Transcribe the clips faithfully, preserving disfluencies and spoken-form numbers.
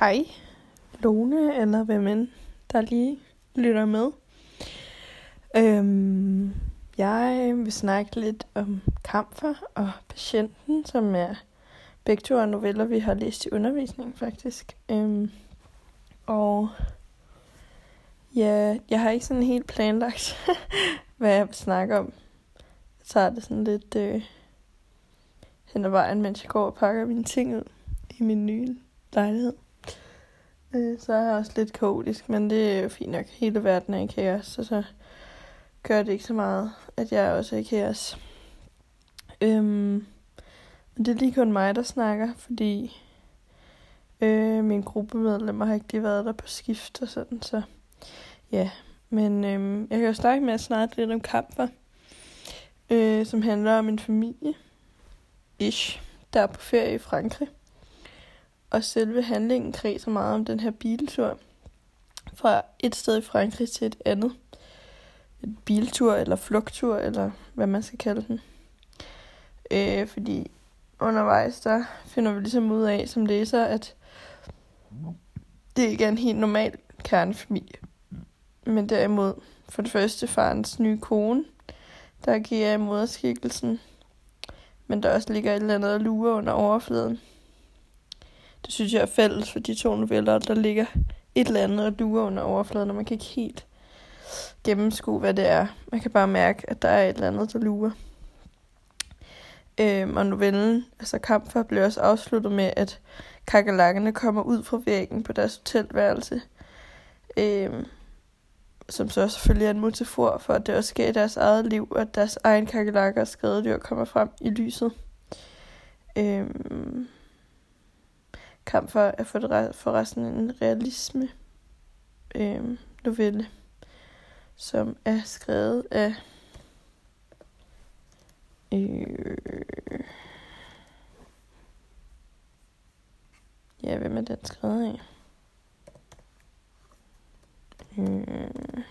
Hej, Lone, eller hvem end der lige lytter med. Øhm, jeg vil snakke lidt om Kamfer og Patienten, som er begge to noveller, vi har læst i undervisning faktisk. Øhm, og ja, jeg har ikke sådan helt planlagt, hvad jeg vil snakke om. Jeg tager det sådan lidt øh, hen ad vejen, mens jeg går og pakker mine ting ud i min nye lejlighed. Så er jeg også lidt kaotisk, men det er jo fint nok. Hele verden er i kaos, så så gør det ikke så meget, at jeg også er i kaos. Øhm, men det er lige kun mig, der snakker, fordi øh, mine gruppemedlemmer har ikke lige været der på skift og sådan, så ja. Men øh, jeg kan jo snakke med at snakke lidt om Kamfer, øh, som handler om en familie, ish, der er på ferie i Frankrig. Og selve handlingen kredser meget om den her biltur fra et sted i Frankrig til et andet. En biltur eller flugttur, eller hvad man skal kalde den. Øh, fordi undervejs, der finder vi ligesom ud af som læser, at det ikke er en helt normal kernefamilie. Men derimod for det første farens nye kone, der agerer i moderskikkelsen. Men der også ligger et eller andet lure under overfladen. Det synes jeg er fælles for de to noveller, der ligger et eller andet og lurer under overfladen, og man kan ikke helt gennemskue, hvad det er. Man kan bare mærke, at der er et eller andet, der lurer. Øhm, og novellen, altså Kamfer, bliver også afsluttet med, at kakelakkerne kommer ud fra væggen på deres hotelværelse. Øhm, som så selvfølgelig er en metafor for, at det også sker i deres eget liv, og at deres egen kakelakker og skadedyr kommer frem i lyset. Øhm... Kamfer er forresten en realisme øh, novelle, som er skrevet af øh, ja, hvem er den skrevet af? Øh,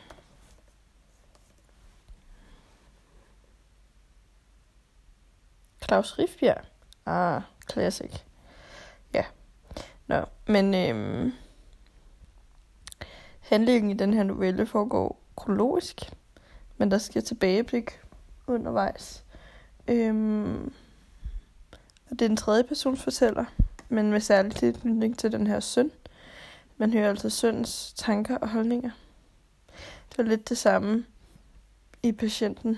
Klaus Rifbjerg. Ah, classic. Ja. Nå, men øhm, handlingen i den her novelle foregår kronologisk, men der sker tilbageblik undervejs. Øhm, og det er en tredje persons fortæller, men med særlig tilknytning til den her søn. Man hører altså søns tanker og holdninger. Det er lidt det samme i Patienten.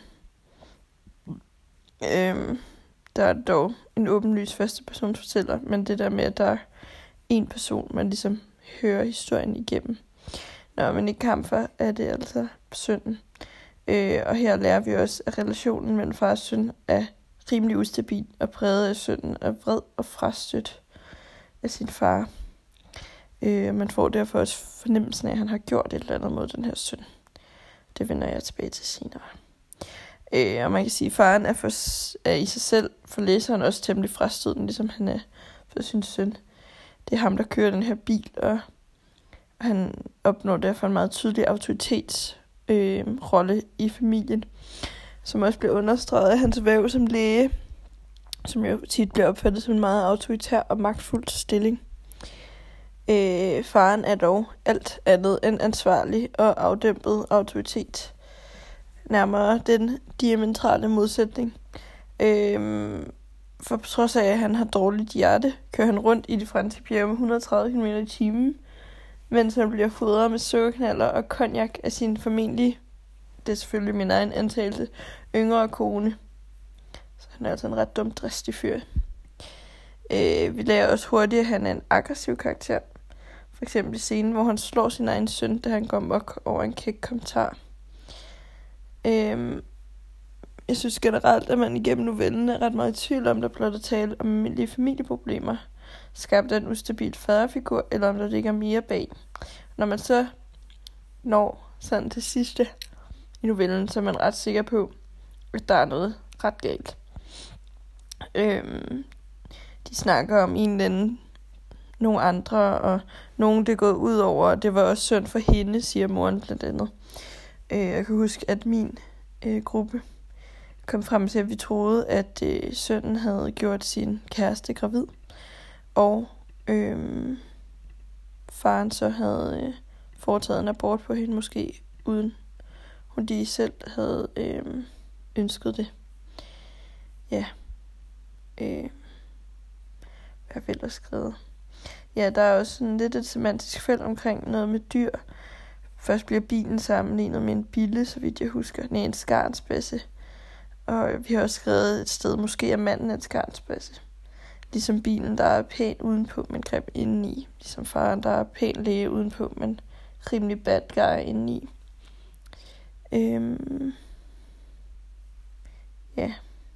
Øhm, der er dog en åbenlys første persons fortæller, men det der med, at der er en person, man ligesom hører historien igennem. Nå, men i Kamfer er det altså sønnen. Øh, og her lærer vi også, at relationen mellem far og søn er rimelig ustabil og præget af sønnen er vred og frastødt af sin far. Øh, man får derfor også fornemmelsen af, at han har gjort et eller andet mod den her søn. Det vender jeg tilbage til senere. Øh, og man kan sige, at faren er, for, er i sig selv for læseren også temmelig frastødende, ligesom han er for sin søn. Det er ham, der kører den her bil, og han opnår derfor en meget tydelig autoritetsrolle øh, i familien, som også bliver understreget af hans væv som læge, som jo tit bliver opfattet som en meget autoritær og magtfuld stilling. Øh, faren er dog alt andet end ansvarlig og afdæmpet autoritet. Nærmere den diametrale modsætning. Øh, For på trods af, at han har dårligt hjerte, kører han rundt i de franske bjerge med et hundrede og tredive kilometer i timen, mens han bliver fodret med sukkerknaller og cognac af sin formentlig, det er selvfølgelig min egen antagelse, yngre kone. Så han er altså en ret dum, dristig fyr. Øh, vi lærer også hurtigt, at han er en aggressiv karakter. For eksempel i scenen, hvor han slår sin egen søn, da han går mok over en kæk kommentar. Øh, Jeg synes generelt, at man igennem novellen er ret meget i tvivl om, der blot at tale om almindelige familieproblemer, skabt af en ustabil faderfigur, eller om der ligger mere bag. Når man så når sådan til sidste i novellen, så er man ret sikker på, at der er noget ret galt. Øhm, de snakker om en eller anden, nogle andre, og nogen det er gået ud over, og det var også synd for hende, siger moren blandt andet. Øh, jeg kan huske, at min øh, gruppe kom frem til, at vi troede, at øh, sønnen havde gjort sin kæreste gravid. Og øhm, faren så havde øh, foretaget en abort på hende, måske uden hun lige selv havde øh, ønsket det. Ja. Øh, hvad vil jeg skrevet? Ja, der er også sådan lidt et semantisk felt omkring noget med dyr. Først bliver bilen sammenlignet med en bille, så vidt jeg husker. Nej, en skarnsbasse. Og vi har også skrevet et sted, måske er manden en skarnsbasse. Ligesom bilen, der er pæn udenpå, men grim indeni. Ligesom faren, der er pæn læge udenpå, men rimelig bad guy indeni. Øhm. Ja.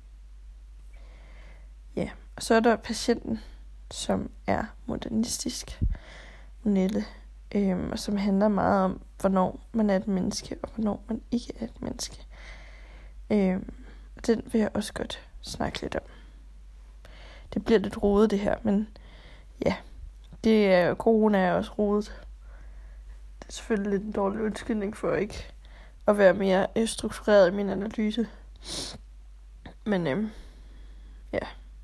Ja, og så er der patienten, som er modernistisk modelle, øhm, og som handler meget om, hvornår man er et menneske, og hvornår man ikke er et menneske. Øhm, den vil jeg også godt snakke lidt om. Det bliver lidt rodet det her, men ja, det er, corona er også rodet. Det er selvfølgelig lidt en dårlig undskyldning for ikke at være mere øh, struktureret i min analyse. Men øhm, ja.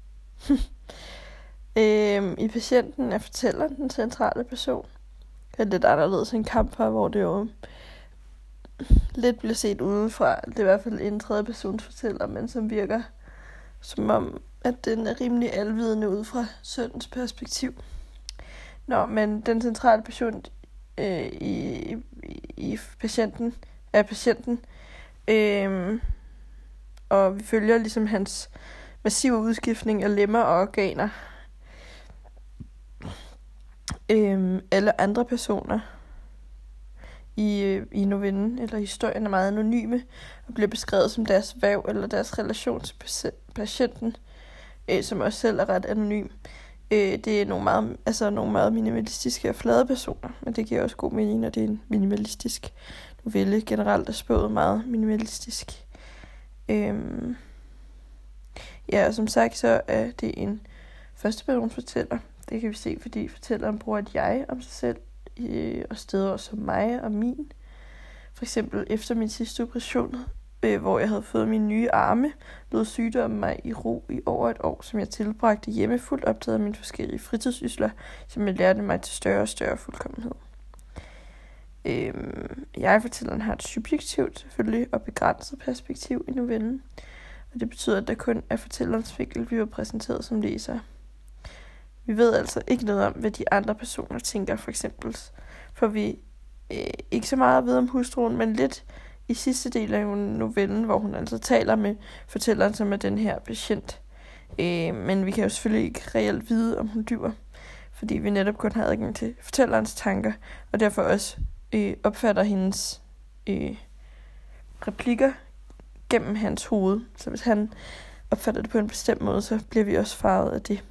øhm, I patienten er fortælleren den centrale person. Det er lidt anderledes en kamp her, hvor det jo lidt bliver set udefra. Det er i hvert fald en tredje persons fortæller, men som virker som om, at den er rimelig alvidende ud fra søndens perspektiv. Nå, men den centrale person øh, i, i, i patienten er patienten. Øh, og vi følger ligesom hans massive udskiftning af lemmer og organer. Øh, alle andre personer i, i novellen eller historien er meget anonyme og bliver beskrevet som deres væv eller deres relation til patienten, øh, som også selv er ret anonym. Øh, det er nogle meget, altså nogle meget minimalistiske og flade personer, men det giver også god mening, når det er en minimalistisk novelle. Generelt er sproget meget minimalistisk. Øh, ja, og som sagt, så er det en førstepersonsfortæller. Det kan vi se, fordi fortælleren bruger et jeg om sig selv, øh, og steder som mig og min. For eksempel efter min sidste operation, øh, hvor jeg havde fået mine nye arme, lod sygdommen mig i ro i over et år, som jeg tilbragte hjemme, fuldt optaget af mine forskellige fritidssysler, som jeg lærte mig til større og større fuldkommenhed. Øh, jeg-fortælleren har et subjektivt, selvfølgelig, og begrænset perspektiv i novellen, og det betyder, at der kun er fortællerens vinkel, vi var præsenteret som læsere. Vi ved altså ikke noget om, hvad de andre personer tænker, for eksempel. For vi øh, ikke så meget ved om hustruen, men lidt i sidste del af novellen, hvor hun altså taler med fortælleren, som er den her patient. Øh, men vi kan jo selvfølgelig ikke reelt vide, om hun lyver, fordi vi netop kun har adgang til fortællerens tanker, og derfor også øh, opfatter hendes øh, replikker gennem hans hoved. Så hvis han opfatter det på en bestemt måde, så bliver vi også farvet af det.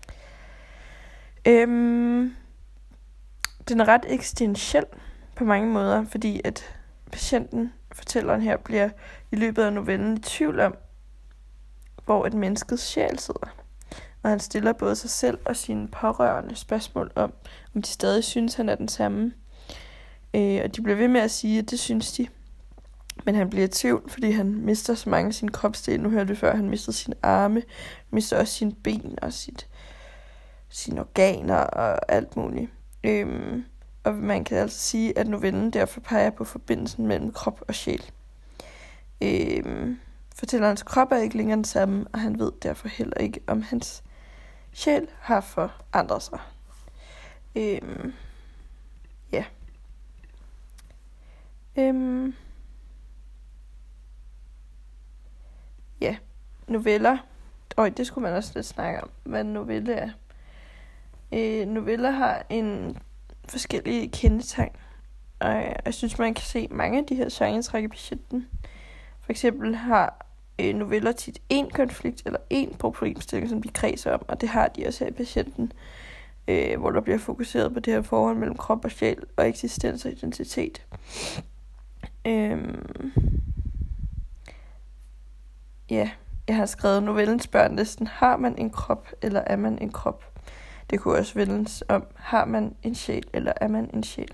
Øhm, den er ret eksistentiel på mange måder, fordi at patienten, fortælleren her, bliver i løbet af novellen i tvivl om, hvor et menneskets sjæl sidder. Og han stiller både sig selv og sine pårørende spørgsmål om, om de stadig synes, han er den samme. Øh, og de bliver ved med at sige, at det synes de. Men han bliver i tvivl, fordi han mister så mange af sine kropsdele. Nu hørte vi før, han mistede sine arme, mister også sine ben og sit sine organer og alt muligt. Øhm, og man kan altså sige, at novellen derfor peger på forbindelsen mellem krop og sjæl. Øhm, fortællerens krop er ikke længere den samme, og han ved derfor heller ikke, om hans sjæl har forandret sig. Øhm, ja. Øhm, ja, noveller. Øj, det skulle man også lidt snakke om, hvad en novelle er. Øh, noveller har en forskellige kendetegn, og jeg synes, man kan se mange af de her genretræk i patienten. For eksempel har øh, noveller tit én konflikt eller én problemstilling, som de kredser om, og det har de også her i patienten, øh, hvor der bliver fokuseret på det her forhold mellem krop og sjæl og eksistens og identitet. Øhm, ja, jeg har skrevet novellens børnelisten. Har man en krop, eller er man en krop? Det kunne også vendes om, har man en sjæl, eller er man en sjæl?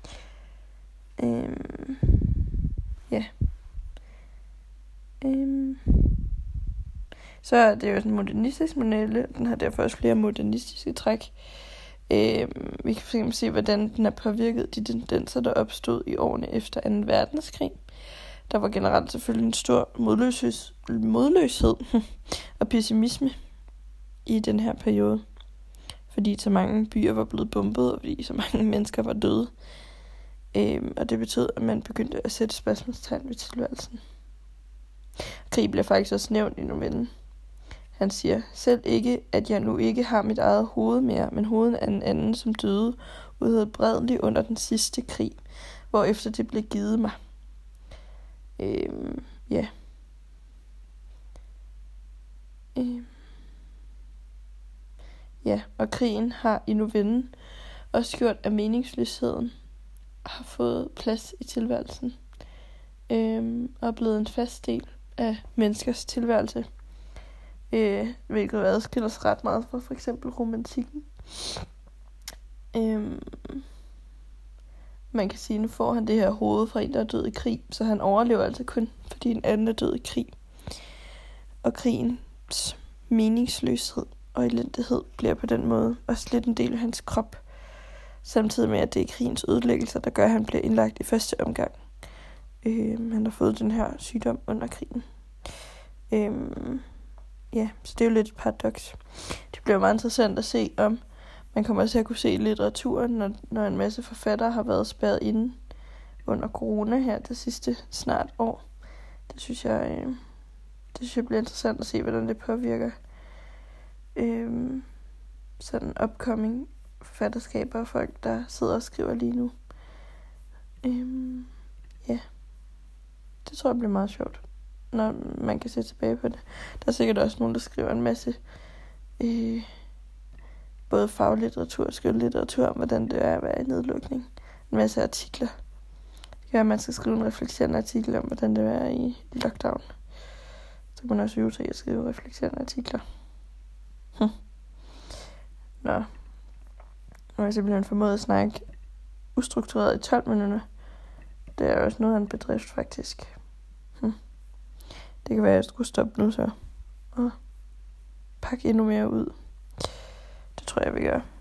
Øhm, ja. Øhm. Så er det jo en modernistisk modelle, den har derfor også flere modernistiske træk. Øh, vi kan fx se, hvordan den er påvirket de tendenser, der opstod i årene efter anden verdenskrig. Der var generelt selvfølgelig en stor modløshed, modløshed og pessimisme i den her periode. Fordi så mange byer var blevet bombet, og fordi så mange mennesker var døde. Øh, og det betød, at man begyndte at sætte spørgsmålstegn ved tilværelsen. Krig bliver faktisk også nævnt i novellen. Han siger, selv ikke, at jeg nu ikke har mit eget hoved mere, men hovedet af en anden, som døde udbredeligt under den sidste krig, hvorefter det blev givet mig. Øhm, ja. Øhm. Ja, og krigen har i novellen også gjort, at meningsløsheden har fået plads i tilværelsen. Øhm, og er blevet en fast del af menneskers tilværelse. Øh, hvilket adskiller sig ret meget fra for eksempel romantikken. Øhm, man kan sige, nu får han det her hoved fra en, der er død i krig, så han overlever altså kun, fordi en anden er død i krig. Og krigens meningsløshed og elendighed bliver på den måde også lidt en del af hans krop, samtidig med, at det er krigens ødelæggelser, der gør, at han bliver indlagt i første omgang. Øh, han har fået den her sygdom under krigen. Øh, Ja, så det er jo lidt et paradoks. Det bliver meget interessant at se, om man kommer til at kunne se litteraturen, når, når en masse forfattere har været spærret inde under corona her det sidste snart år. Det synes jeg, øh, det synes jeg bliver interessant at se, hvordan det påvirker øh, sådan upcoming forfatterskaber og folk, der sidder og skriver lige nu. Øh, ja, det tror jeg bliver meget sjovt, når man kan se tilbage på det. Der er sikkert også nogen, der skriver en masse øh, både faglitteratur og skønlitteratur om, hvordan det er at være i nedlukning. En masse artikler. Det gør, at man skal skrive en reflekterende artikel om, hvordan det er i lockdown. Så kan man også øve sig i at skrive reflekterende artikler. Hm. Nå. Nu har jeg simpelthen formået at snakke ustruktureret i tolv minutter. Det er også noget af en bedrift, faktisk. Hm. Det kan være, at jeg skulle stoppe nu så. Og pakke endnu mere ud. Det tror jeg, vi gør.